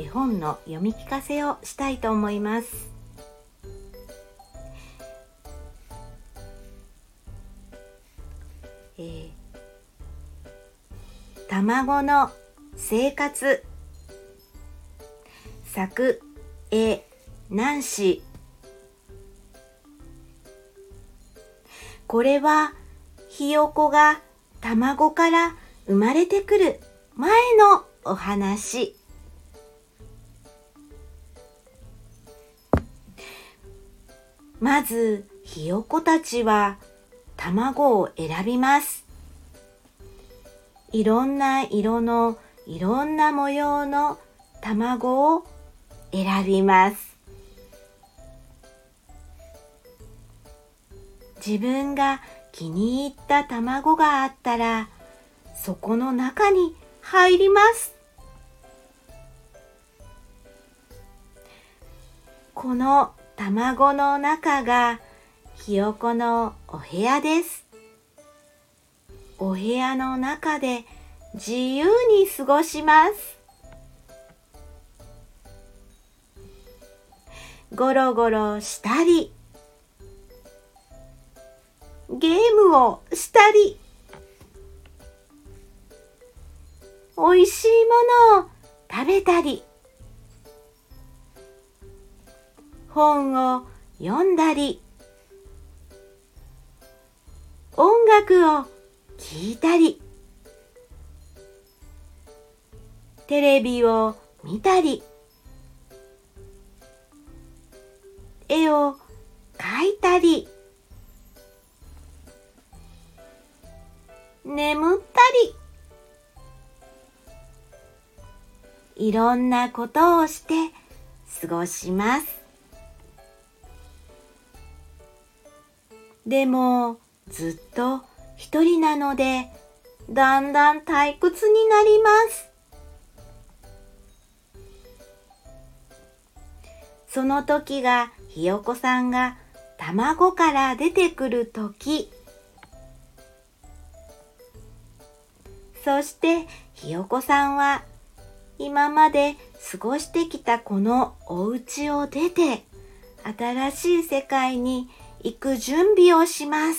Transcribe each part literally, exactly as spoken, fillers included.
絵本の読み聞かせをしたいと思います。えー、卵の生活、作絵ナンシー。これはひよこが卵から生まれてくる前のお話。まずひよこたちは卵を選びます。いろんな色のいろんな模様の卵を選びます。自分が気に入った卵があったら、そこの中に入ります。この卵の中がひよこのお部屋です。お部屋の中で自由に過ごします。ゴロゴロしたり、ゲームをしたり、おいしいものを食べたり、本を読んだり、音楽を聴いたり、テレビを見たり、絵を描いたり、眠ったり、いろんなことをして過ごします。でもずっと一人なので、だんだん退屈になります。その時がひよこさんが卵から出てくる時。そしてひよこさんは今まで過ごしてきたこのお家を出て、新しい世界に行く準備をします。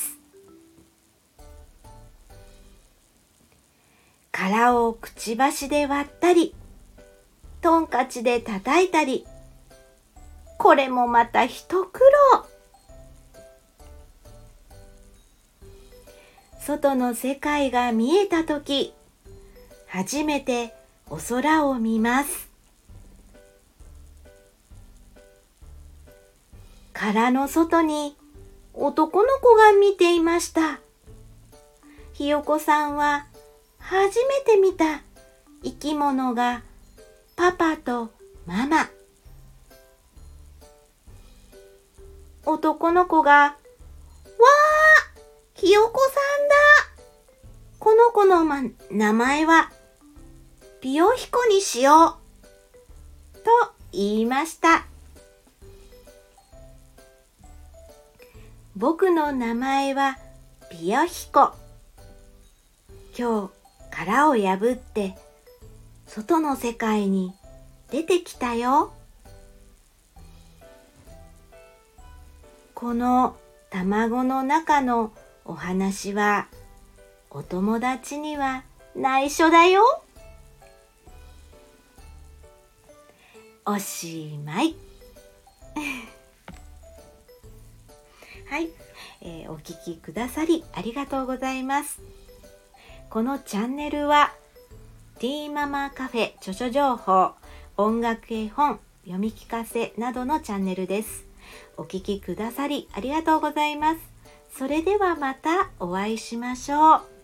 殻をくちばしで割ったり、トンカチで叩いたり、これもまた一苦労。外の世界が見えたとき、初めてお空を見ます。殻の外に男の子が見ていました。ひよこさんは初めて見た生き物がパパとママ。男の子が、わー、ひよこさんだ。この子の、ま、名前はピヨヒコにしようと言いました。僕の名前はピヨヒコ。今日殻を破って外の世界に出てきたよ。この卵の中のお話はお友達には内緒だよ。おしまい。はい、えー、お聞きくださりありがとうございます。このチャンネルはティーママカフェ著書情報、音楽絵本、読み聞かせなどのチャンネルです。お聞きくださりありがとうございます。それではまたお会いしましょう。